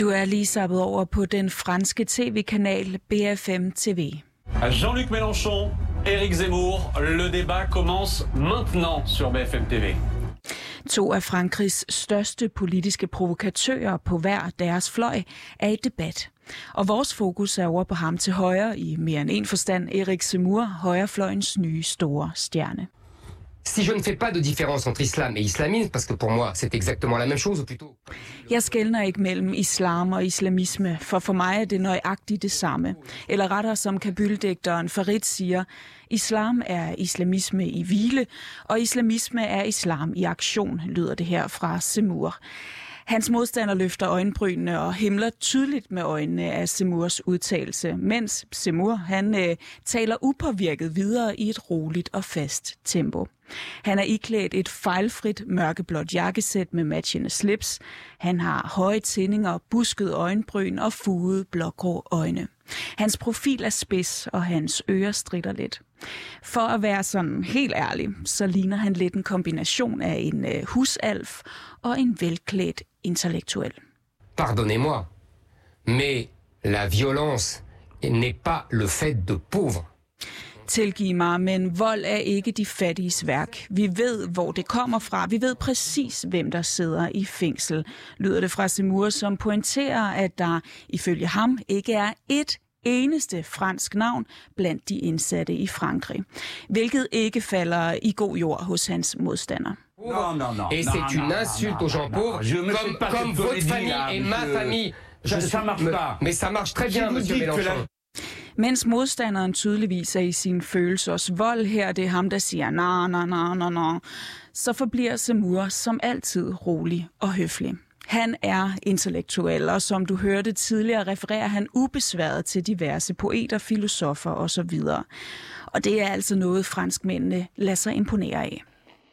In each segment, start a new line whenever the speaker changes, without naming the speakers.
Du er lige zappet over på den franske tv-kanal BFM TV.
Jean-Luc Mélenchon, Éric Zemmour, le débat commence maintenant sur BFM TV.
To af Frankrigs største politiske provokatører på hver deres fløj er i debat. Og vores fokus er over på ham til højre i mere end en forstand, Éric Zemmour, højrefløjens nye store stjerne.
Si je ne fais pas de différence entre islam et islamisme, parce que pour moi c'est exactement la même chose, ou plutôt...
Jeg skelner ikke mellem islam og islamisme, for mig er det nøjagtigt det samme. Eller rettere som Kabul-digteren Farid siger, islam er islamisme i hvile, og islamisme er islam i aktion, lyder det her fra Zemmour. Hans modstander løfter øjenbrynene og himler tydeligt med øjnene af Zemmours udtalelse, mens Zemmour taler upåvirket videre i et roligt og fast tempo. Han er iklædt et fejlfrit mørkeblåt jakkesæt med matchende slips. Han har høje tinninger, busket øjenbryn og fugede blågrå øjne. Hans profil er spids, og hans ører stritter lidt. For at være sådan helt ærlig, så ligner han lidt en kombination af en husalf og en velklædt intellektuel.
Pardonnez-moi, mais la violence n'est pas le fait de pauvres.
Tilgiv mig, men vold er ikke de fattiges værk. Vi ved, hvor det kommer fra. Vi ved præcis, hvem der sidder i fængsel, lyder det fra Zemmour, som pointerer, at der ifølge ham ikke er et eneste fransk navn blandt de indsatte i Frankrig, hvilket ikke falder i god jord hos hans modstander.
Et c'est une insulte aux gens pauvres, comme votre famille et ma famille. Mais ça marche très bien, monsieur Mélenchon.
Mens modstanderen tydeligvis er i sin følelsers vold her, det er ham, der siger na, så forbliver Zemmour som altid rolig og høflig. Han er intellektuel, og som du hørte tidligere, refererer han ubesværet til diverse poeter, filosofer osv. Og det er altså noget, franskmændene lader sig imponere af.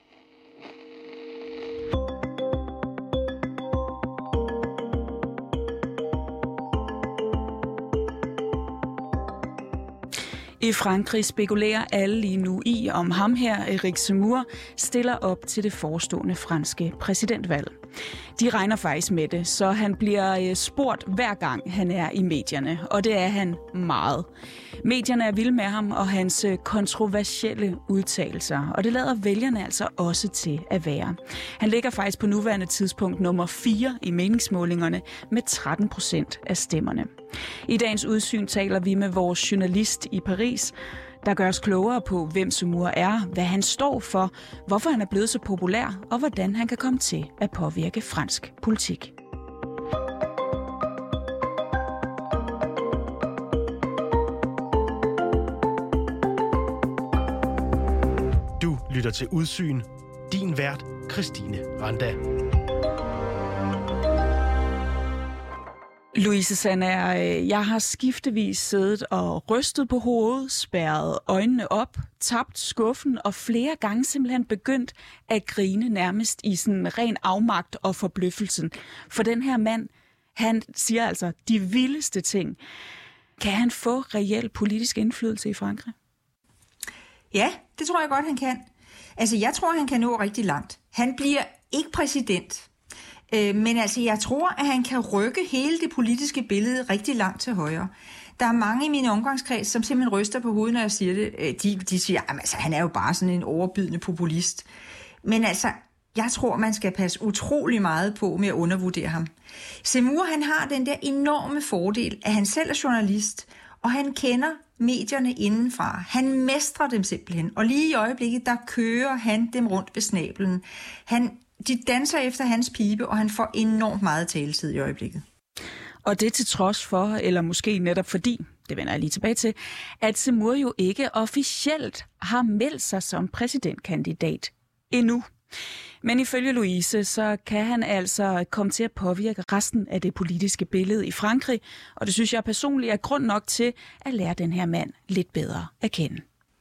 I Frankrig spekulerer alle lige nu i, om ham her, Éric Zemmour, stiller op til det forestående franske præsidentvalg. De regner faktisk med det, så han bliver spurgt hver gang han er i medierne, og det er han meget. Medierne er vilde med ham og hans kontroversielle udtalelser, og det lader vælgerne altså også til at være. Han ligger faktisk på nuværende tidspunkt nummer 4 i meningsmålingerne med 13% af stemmerne. I dagens udsyn taler vi med vores journalist i Paris, der gør os klogere på, hvem Zemmour er, hvad han står for, hvorfor han er blevet så populær, og hvordan han kan komme til at påvirke fransk politik.
Du lytter til Udsyn. Din vært, Christine Randa.
Louise Sandager, jeg har skiftevis siddet og rystet på hovedet, spærret øjnene op, tabt skuffen og flere gange simpelthen begyndt at grine nærmest i sådan ren afmagt og forbløffelsen. For den her mand, han siger altså de vildeste ting. Kan han få reel politisk indflydelse i Frankrig?
Ja, det tror jeg godt, han kan. Altså, jeg tror, han kan nå rigtig langt. Han bliver ikke præsident. Men altså, jeg tror, at han kan rykke hele det politiske billede rigtig langt til højre. Der er mange i min omgangskreds, som simpelthen ryster på hovedet, når jeg siger det. De siger, at han er jo bare sådan en overbydende populist. Men altså, jeg tror, man skal passe utrolig meget på med at undervurdere ham. Zemmour, han har den der enorme fordel, at han selv er journalist, og han kender medierne indenfra. Han mestrer dem simpelthen, og lige i øjeblikket, der kører han dem rundt ved snablen. De danser efter hans pibe, og han får enormt meget taletid i øjeblikket.
Og det til trods for, eller måske netop fordi, det vender jeg lige tilbage til, at Zemmour jo ikke officielt har meldt sig som præsidentkandidat endnu. Men ifølge Louise, så kan han altså komme til at påvirke resten af det politiske billede i Frankrig, og det synes jeg personligt er grund nok til at lære den her mand lidt bedre at kende.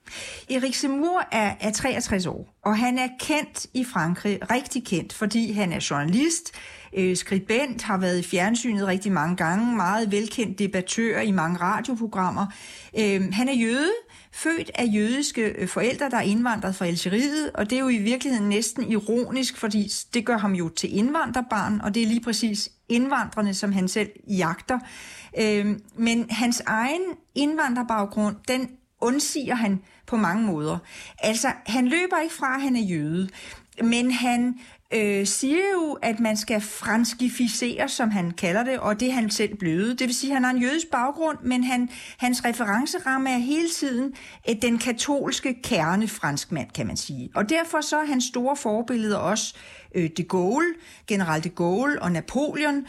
Erik Zemmour er 63 år, og han er kendt i Frankrig, rigtig kendt, fordi han er journalist, skribent, har været i fjernsynet rigtig mange gange, meget velkendt debattør i mange radioprogrammer. Han er jøde, født af jødiske forældre, der er indvandret fra Algeriet, og det er jo i virkeligheden næsten ironisk, fordi det gør ham jo til indvandrerbarn, og det er lige præcis indvandrerne, som han selv jagter. Men hans egen indvandrerbaggrund, den undsiger han på mange måder. Altså, han løber ikke fra, at han er jøde, men han siger jo, at man skal franskificere, som han kalder det, og det er han selv blevet. Det vil sige, at han har en jødisk baggrund, men hans referenceramme er hele tiden den katolske kernefranskmand, kan man sige. Og derfor så er hans store forbilleder også de Gaulle, general de Gaulle og Napoleon.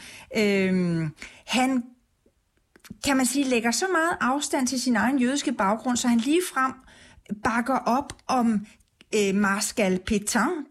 Han, kan man sige, lægger så meget afstand til sin egen jødiske baggrund, så han ligefrem bakker op om Marskal Pétain,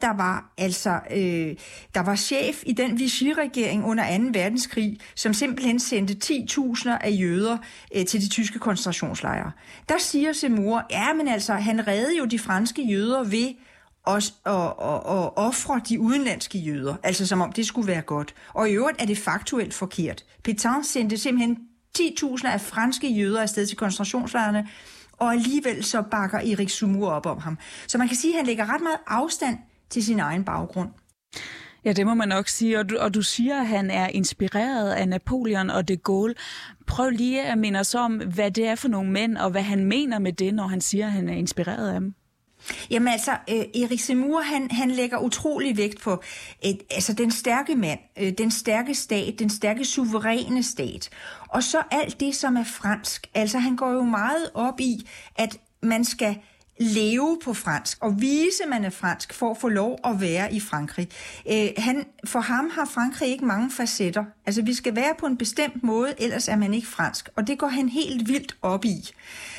der var chef i den Vichy-regering under 2. verdenskrig, som simpelthen sendte 10.000 af jøder til de tyske koncentrationslejre. Der siger Zemmour, han reddede jo de franske jøder ved at ofre de udenlandske jøder, altså som om det skulle være godt. Og i øvrigt er det faktuelt forkert. Pétain sendte simpelthen 10.000 af franske jøder afsted til koncentrationslejrene, og alligevel så bakker Erik Zemmour op om ham. Så man kan sige, at han lægger ret meget afstand til sin egen baggrund.
Ja, det må man nok sige. Og du siger, at han er inspireret af Napoleon og de Gaulle. Prøv lige at minde os om, hvad det er for nogle mænd, og hvad han mener med det, når han siger, at han er inspireret af dem.
Jamen altså, Erik Zemmour, han lægger utrolig vægt på den stærke mand, den stærke stat, den stærke suveræne stat. Og så alt det, som er fransk. Altså, han går jo meget op i, at man skal leve på fransk og vise, at man er fransk for at få lov at være i Frankrig. For ham har Frankrig ikke mange facetter. Altså, vi skal være på en bestemt måde, ellers er man ikke fransk. Og det går han helt vildt op i.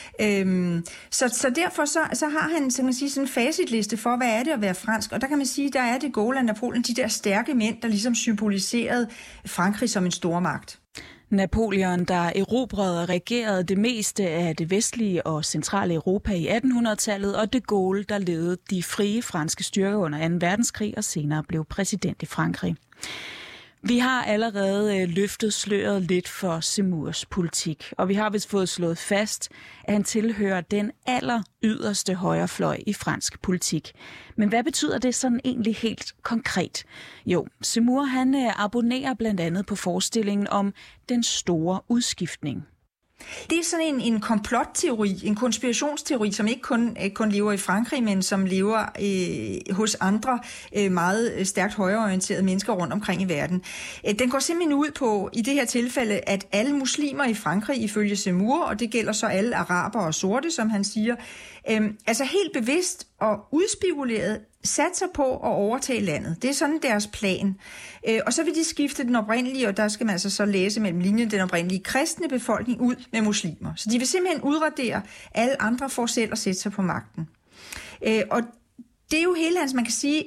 Så derfor så har han sådan en facitliste for, hvad er det at være fransk, og der kan man sige, der er det Gaulle og Napoleon, de der stærke mænd, der ligesom symboliserede Frankrig som en stormagt.
Napoleon, der erobrede og regerede det meste af det vestlige og centrale Europa i 1800-tallet, og de Gaulle, der ledede de frie franske styrker under 2. verdenskrig og senere blev præsident i Frankrig. Vi har allerede løftet sløret lidt for Zemmours politik, og vi har vist fået slået fast, at han tilhører den aller yderste højrefløj i fransk politik. Men hvad betyder det sådan egentlig helt konkret? Jo, Zemmour han abonnerer blandt andet på forestillingen om den store udskiftning.
Det er sådan en komplotteori, en konspirationsteori, som ikke kun lever i Frankrig, men som lever hos andre meget stærkt højreorienterede mennesker rundt omkring i verden. Den går simpelthen ud på, i det her tilfælde, at alle muslimer i Frankrig, ifølge Zemmour, og det gælder så alle araber og sorte, som han siger, altså helt bevidst og udspekuleret satser på at overtage landet. Det er sådan deres plan. Og så vil de skifte den oprindelige, og der skal man altså så læse mellem linjen, den oprindelige kristne befolkning ud med muslimer. Så de vil simpelthen udradere alle andre for selv at sætte sig på magten. Og det er jo hele hans, man kan sige,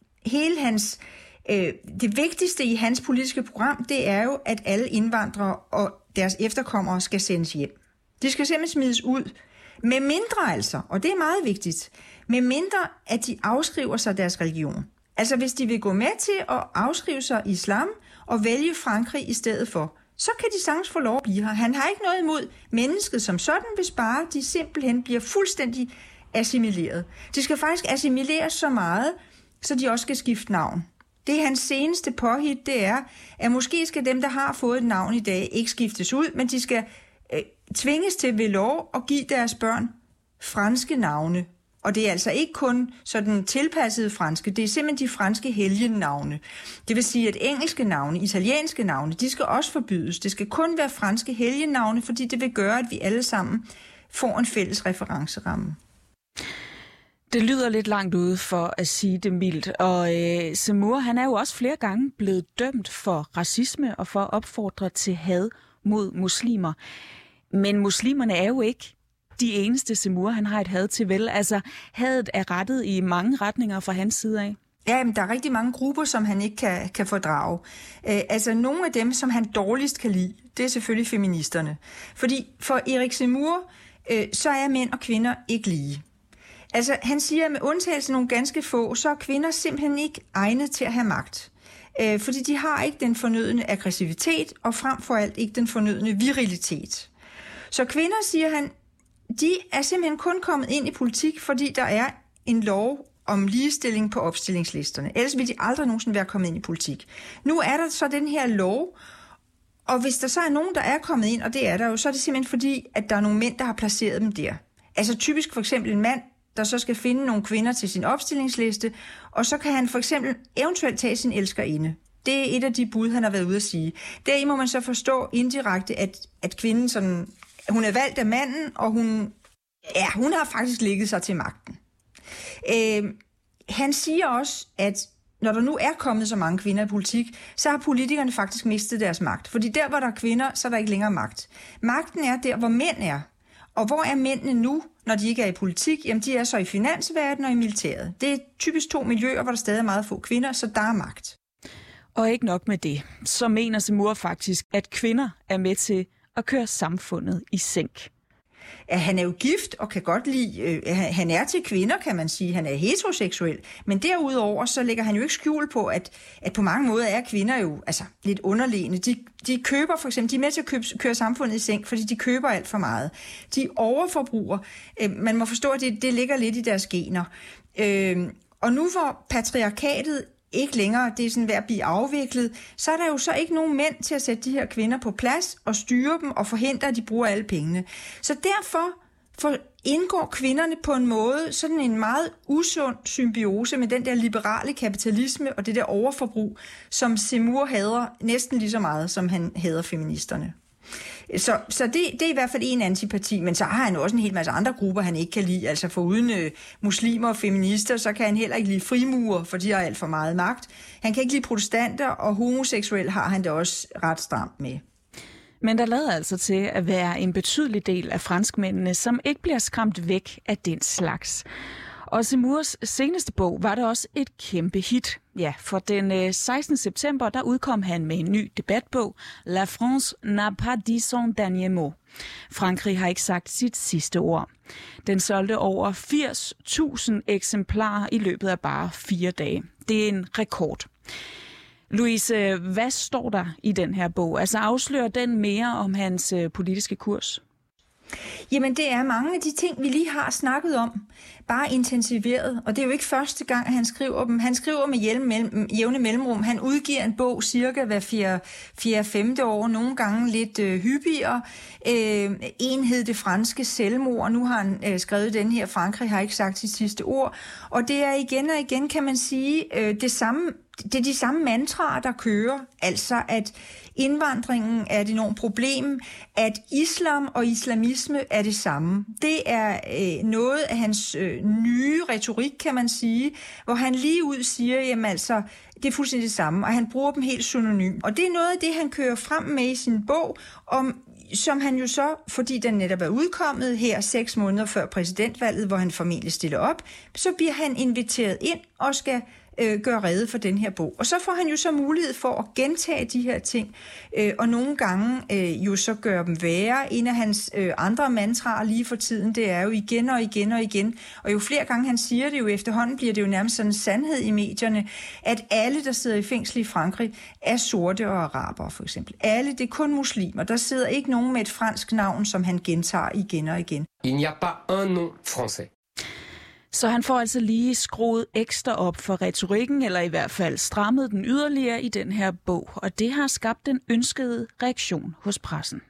det vigtigste i hans politiske program, det er jo, at alle indvandrere og deres efterkommere skal sendes hjem. De skal simpelthen smides ud. Med mindre altså, og det er meget vigtigt, med mindre at de afskriver sig deres religion. Altså hvis de vil gå med til at afskrive sig islam og vælge Frankrig i stedet for, så kan de sagtens få lov at blive her. Han har ikke noget imod mennesket som sådan, hvis bare de simpelthen bliver fuldstændig assimileret. De skal faktisk assimileres så meget, så de også skal skifte navn. Det er hans seneste påhit, det er, at måske skal dem, der har fået et navn i dag, ikke skiftes ud, men de skal tvinges til ved lov at give deres børn franske navne. Og det er altså ikke kun sådan tilpassede franske, det er simpelthen de franske helgennavne. Det vil sige, at engelske navne, italienske navne, de skal også forbydes. Det skal kun være franske helgennavne, fordi det vil gøre, at vi alle sammen får en fælles referenceramme.
Det lyder lidt langt ude for at sige det mildt, og Zemmour, han er jo også flere gange blevet dømt for racisme og for at opfordre til had mod muslimer. Men muslimerne er jo ikke de eneste, Zemmour han har et had til, vel? Altså, hadet er rettet i mange retninger fra hans side af.
Ja, men der er rigtig mange grupper, som han ikke kan fordrage. Altså, nogle af dem, som han dårligst kan lide, det er selvfølgelig feministerne. Fordi for Erik Zemmour, så er mænd og kvinder ikke lige. Altså, han siger, at med undtagelse af nogle ganske få, så er kvinder simpelthen ikke egnet til at have magt. Fordi de har ikke den fornødne aggressivitet, og frem for alt ikke den fornødne virilitet. Så kvinder, siger han, de er simpelthen kun kommet ind i politik, fordi der er en lov om ligestilling på opstillingslisterne. Ellers ville de aldrig nogensinde være kommet ind i politik. Nu er der så den her lov, og hvis der så er nogen, der er kommet ind, og det er der jo, så er det simpelthen fordi, at der er nogle mænd, der har placeret dem der. Altså typisk for eksempel en mand, der så skal finde nogle kvinder til sin opstillingsliste, og så kan han for eksempel eventuelt tage sin elskerinde. Det er et af de bud, han har været ude at sige. Deri må man så forstå indirekte, at kvinden sådan, hun er valgt af manden, og hun har faktisk ligget sig til magten. Han siger også, at når der nu er kommet så mange kvinder i politik, så har politikerne faktisk mistet deres magt. Fordi der, hvor der er kvinder, så er der ikke længere magt. Magten er der, hvor mænd er. Og hvor er mændene nu, når de ikke er i politik? Jamen, de er så i finansverdenen og i militæret. Det er typisk 2 miljøer, hvor der stadig er meget få kvinder, så der er magt.
Og ikke nok med det, så mener Zemmour faktisk, at kvinder er med til at køre samfundet i sænk.
Han er jo gift og kan godt lide, han er til kvinder, kan man sige, han er heteroseksuel, men derudover så lægger han jo ikke skjul på, at på mange måder er kvinder jo altså lidt underlegne. De køber for eksempel, de er med til at køre samfundet i sænk, fordi de køber alt for meget. De overforbruger, man må forstå, at det ligger lidt i deres gener. Og nu hvor patriarkatet ikke længere, det er sådan ved at blive afviklet, så er der jo så ikke nogen mænd til at sætte de her kvinder på plads og styre dem og forhindre, at de bruger alle pengene. Så derfor indgår kvinderne på en måde sådan en meget usund symbiose med den der liberale kapitalisme og det der overforbrug, som Zemmour hader næsten lige så meget, som han hader feministerne. Så det er i hvert fald en antipati, men så har han også en hel masse andre grupper, han ikke kan lide. Altså foruden muslimer og feminister, så kan han heller ikke lide frimurer, for de har alt for meget magt. Han kan ikke lide protestanter, og homoseksuel har han det også ret stramt med.
Men der lader altså til at være en betydelig del af franskmændene, som ikke bliver skræmt væk af den slags. Og Zemmours seneste bog var der også et kæmpe hit. Ja, for den 16. september, der udkom han med en ny debatbog, La France n'a pas dit son dernier mot. Frankrig har ikke sagt sit sidste ord. Den solgte over 80.000 eksemplarer i løbet af bare 4 dage. Det er en rekord. Louise, hvad står der i den her bog? Altså afslører den mere om hans politiske kurs?
Jamen det er mange af de ting, vi lige har snakket om, bare intensiveret. Og det er jo ikke første gang, at han skriver dem. Han skriver med jævne mellemrum. Han udgiver en bog cirka hver 4-5. år, nogle gange lidt hyppigere. En hed Det franske selvmord. Nu har han skrevet den her, Frankrig har ikke sagt sit sidste ord. Og det er igen og igen, kan man sige, det er de samme mantraer, der kører. Altså at indvandringen er et enormt problem, at islam og islamisme er det samme. Det er noget af hans nye retorik, kan man sige, hvor han lige ud siger, jamen altså, det er fuldstændig det samme, og han bruger dem helt synonym. Og det er noget af det, han kører frem med i sin bog, som han jo så, fordi den netop er udkommet her 6 måneder før præsidentvalget, hvor han formentlig stiller op, så bliver han inviteret ind og skal gøre rede for den her bog. Og så får han jo så mulighed for at gentage de her ting, og nogle gange jo så gøre dem værre. En af hans andre mantraer lige for tiden, det er jo igen og igen og igen. Og jo flere gange han siger det jo efterhånden, bliver det jo nærmest sådan en sandhed i medierne, at alle, der sidder i fængsel i Frankrig, er sorte og arabere for eksempel. Alle, det er kun muslimer. Der sidder ikke nogen med et fransk navn, som han gentager igen og igen.
Il n'y a pas un nom français.
Så han får altså lige skruet ekstra op for retorikken, eller i hvert fald strammet den yderligere i den her bog. Og det har skabt den ønskede reaktion hos pressen.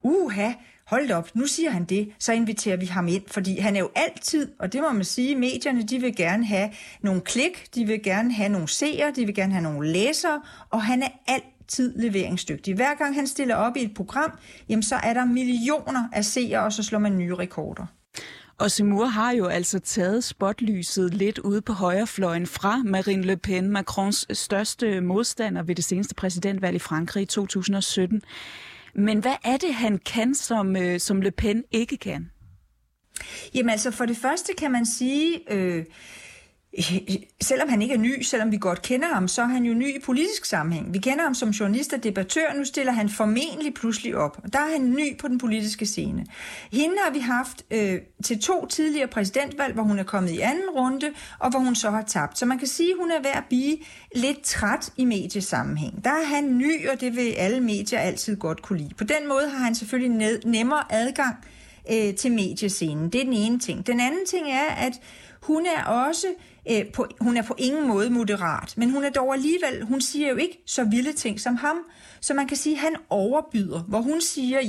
Hold op, nu siger han det, så inviterer vi ham ind, fordi han er jo altid, og det må man sige, medierne, de vil gerne have nogle klik, de vil gerne have nogle seere, de vil gerne have nogle læsere, og han er altid leveringsdygtig. Hver gang han stiller op i et program, jamen så er der millioner af seere, og så slår man nye rekorder.
Og Zemmour har jo altså taget spotlyset lidt ude på højrefløjen fra Marine Le Pen, Macrons største modstander ved det seneste præsidentvalg i Frankrig i 2017. Men hvad er det, han kan, som Le Pen ikke kan?
Jamen altså, for det første kan man sige, selvom han ikke er ny, selvom vi godt kender ham, så er han jo ny i politisk sammenhæng. Vi kender ham som journalist og debattør, nu stiller han formentlig pludselig op. Der er han ny på den politiske scene. Hende har vi haft til 2 tidligere præsidentvalg, hvor hun er kommet i anden runde, og hvor hun så har tabt. Så man kan sige, at hun er ved at blive lidt træt i mediesammenhæng. Der er han ny, og det vil alle medier altid godt kunne lide. På den måde har han selvfølgelig nemmere adgang til mediescenen. Det er den ene ting. Den anden ting er, at hun er også hun er på ingen måde moderat, men hun er dog alligevel, hun siger jo ikke så vilde ting som ham, så man kan sige, at han overbyder, hvor hun siger,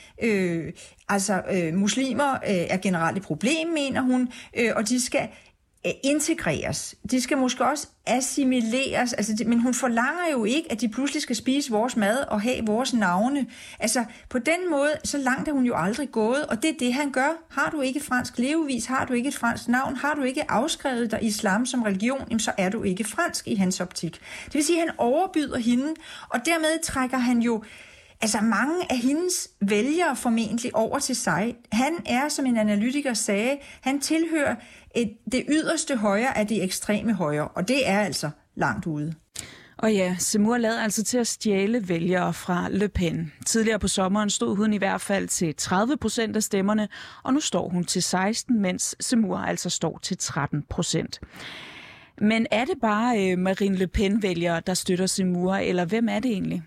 muslimer er generelt et problem, mener hun, og de skal integreres. De skal måske også assimileres, men hun forlanger jo ikke, at de pludselig skal spise vores mad og have vores navne. Altså, på den måde, så langt er hun jo aldrig gået, og det er det, han gør. Har du ikke fransk levevis, har du ikke et fransk navn, har du ikke afskrevet dig islam som religion, jamen, så er du ikke fransk i hans optik. Det vil sige, at han overbyder hende, og dermed trækker han jo mange af hendes vælgere formentlig over til sig. Han er, som en analytiker sagde, han tilhører det yderste højre af det ekstreme højre, og det er altså langt ude.
Og ja, Zemmour lader altså til at stjæle vælgere fra Le Pen. Tidligere på sommeren stod hun i hvert fald til 30% af stemmerne, og nu står hun til 16%, mens Zemmour altså står til 13%. Men er det bare Marine Le Pen-vælgere, der støtter Zemmour, eller hvem er det egentlig?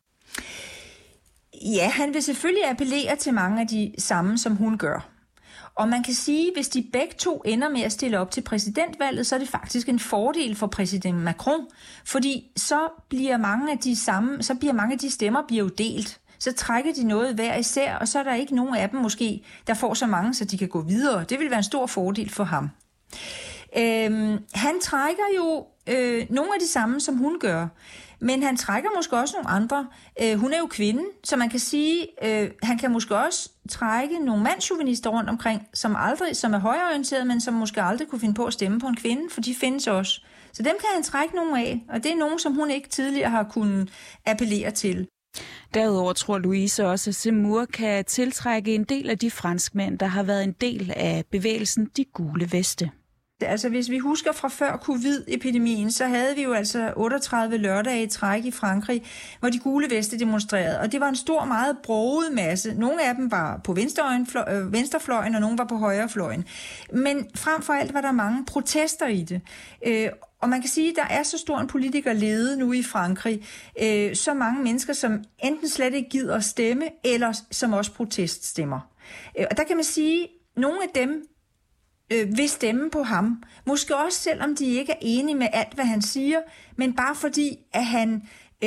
Ja, han vil selvfølgelig appellere til mange af de samme, som hun gør. Og man kan sige, at hvis de begge to ender med at stille op til præsidentvalget, så er det faktisk en fordel for præsident Macron, fordi så bliver mange af de stemmer bliver jo delt. Så trækker de noget hver især, og så er der ikke nogen af dem måske, der får så mange, så de kan gå videre. Det vil være en stor fordel for ham. Han trækker jo nogle af de samme, som hun gør. Men han trækker måske også nogle andre. Hun er jo kvinde, så man kan sige, han kan måske også trække nogle mandschauvinister rundt omkring, som er højreorienterede, men som måske aldrig kunne finde på at stemme på en kvinde, for de findes også. Så dem kan han trække nogle af, og det er nogen, som hun ikke tidligere har kunnet appellere til.
Derudover tror Louise også, at Zemmour kan tiltrække en del af de franskmænd, der har været en del af bevægelsen De Gule Veste.
Altså hvis vi husker fra før covid-epidemien, så havde vi jo altså 38 lørdage i træk i Frankrig, hvor de gule veste demonstrerede. Og det var en stor, meget broget masse. Nogle af dem var på venstrefløjen, og nogle var på højrefløjen. Men frem for alt var der mange protester i det. Og man kan sige, at der er så stor en politikerlede nu i Frankrig. Så mange mennesker, som enten slet ikke gider at stemme, eller som også proteststemmer. Og der kan man sige, at nogle af dem vil stemme på ham. Måske også selvom de ikke er enige med alt, hvad han siger, men bare fordi, at han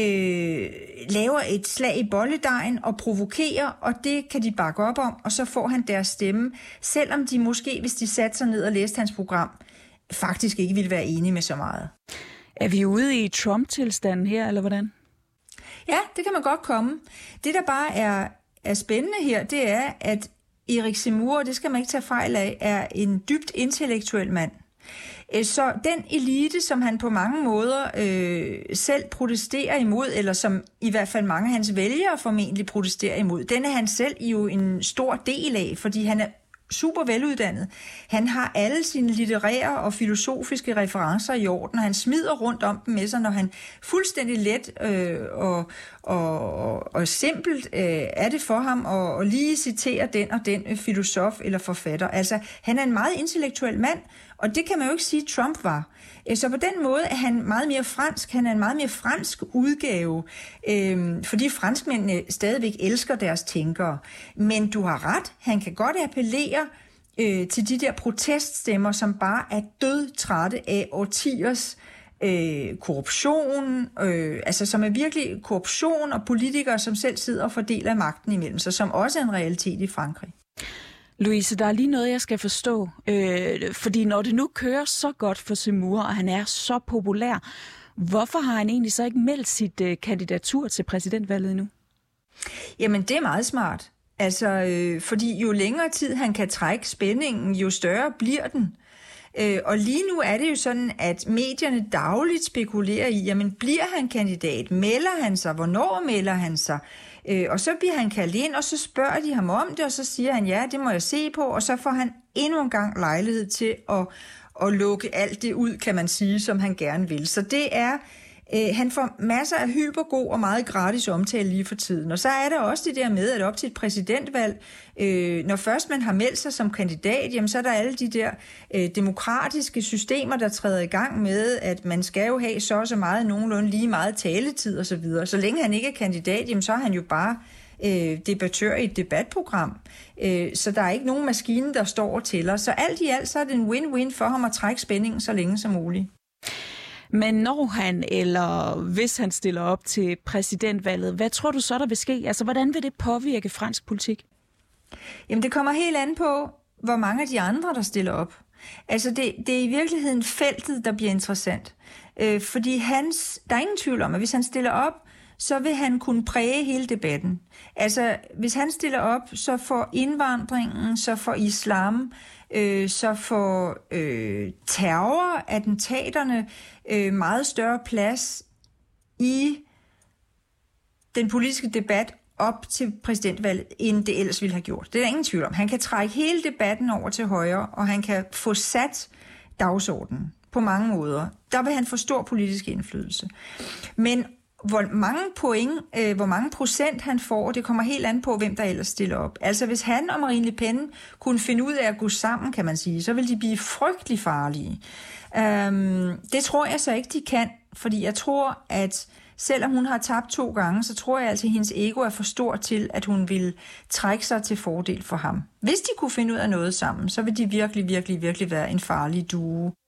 laver et slag i bolledejen og provokerer, og det kan de bakke op om, og så får han deres stemme, selvom de måske, hvis de satte sig ned og læste hans program, faktisk ikke ville være enige med så meget.
Er vi ude i Trump-tilstanden her, eller hvordan?
Ja, det kan man godt komme. Det, der bare er spændende her, det er, at Erik Zemmour, det skal man ikke tage fejl af, er en dybt intellektuel mand. Så den elite, som han på mange måder selv protesterer imod, eller som i hvert fald mange af hans vælgere formentlig protesterer imod, den er han selv jo en stor del af, fordi han er super veluddannet. Han har alle sine litterære og filosofiske referencer i orden, og han smider rundt om dem med sig, når han fuldstændig let og simpelt er det for ham at lige citere den og den filosof eller forfatter. Altså, han er en meget intellektuel mand, og det kan man jo ikke sige, Trump var. Så på den måde er han meget mere fransk. Han er en meget mere fransk udgave, fordi franskmændene stadigvæk elsker deres tænkere. Men du har ret, han kan godt appellere til de der proteststemmer, som bare er dødtrætte af årtiers korruption, altså som er virkelig korruption, og politikere, som selv sidder og fordeler magten imellem sig, som også er en realitet i Frankrig.
Louise, der er lige noget, jeg skal forstå. Fordi når det nu kører så godt for Zemmour, og han er så populær, hvorfor har han egentlig så ikke meldt sit kandidatur til præsidentvalget endnu?
Jamen, det er meget smart. Altså, fordi jo længere tid han kan trække spændingen, jo større bliver den. Og lige nu er det jo sådan, at medierne dagligt spekulerer i, jamen bliver han kandidat? Melder han sig? Hvornår melder han sig? Og så bliver han kaldt ind, og så spørger de ham om det, og så siger han, ja, det må jeg se på, og så får han endnu en gang lejlighed til at lukke alt det ud, kan man sige, som han gerne vil. Så det er... Han får masser af hypergod og meget gratis omtale lige for tiden. Og så er der også det der med, at op til et præsidentvalg, når først man har meldt sig som kandidat, jamen så er der alle de der demokratiske systemer, der træder i gang med, at man skal jo have så meget, nogenlunde lige meget taletid osv. Så længe han ikke er kandidat, jamen så er han jo bare debattør i et debatprogram. Så der er ikke nogen maskine, der står og tæller. Så alt i alt, så er det en win-win for ham at trække spændingen så længe som muligt.
Men når han, eller hvis han stiller op til præsidentvalget, hvad tror du så, der vil ske? Altså, hvordan vil det påvirke fransk politik?
Jamen, det kommer helt an på, hvor mange af de andre, der stiller op. Altså, det er i virkeligheden feltet, der bliver interessant. Fordi der er ingen tvivl om, at hvis han stiller op, så vil han kunne præge hele debatten. Altså, hvis han stiller op, så får indvandringen, så får islam, så får terrorattentaterne meget større plads i den politiske debat op til præsidentvalget, end det ellers ville have gjort. Det er der ingen tvivl om. Han kan trække hele debatten over til højre, og han kan få sat dagsordenen på mange måder. Der vil han få stor politisk indflydelse. Men hvor mange procent han får, det kommer helt an på, hvem der ellers stiller op. Altså hvis han og Marine Le Pen kunne finde ud af at gå sammen, kan man sige, så vil de blive frygtelig farlige. Det tror jeg så ikke, de kan, fordi jeg tror, at selvom hun har tabt 2 gange, så tror jeg altså, at hendes ego er for stort til, at hun vil trække sig til fordel for ham. Hvis de kunne finde ud af noget sammen, så vil de virkelig, virkelig, virkelig være en farlig duo.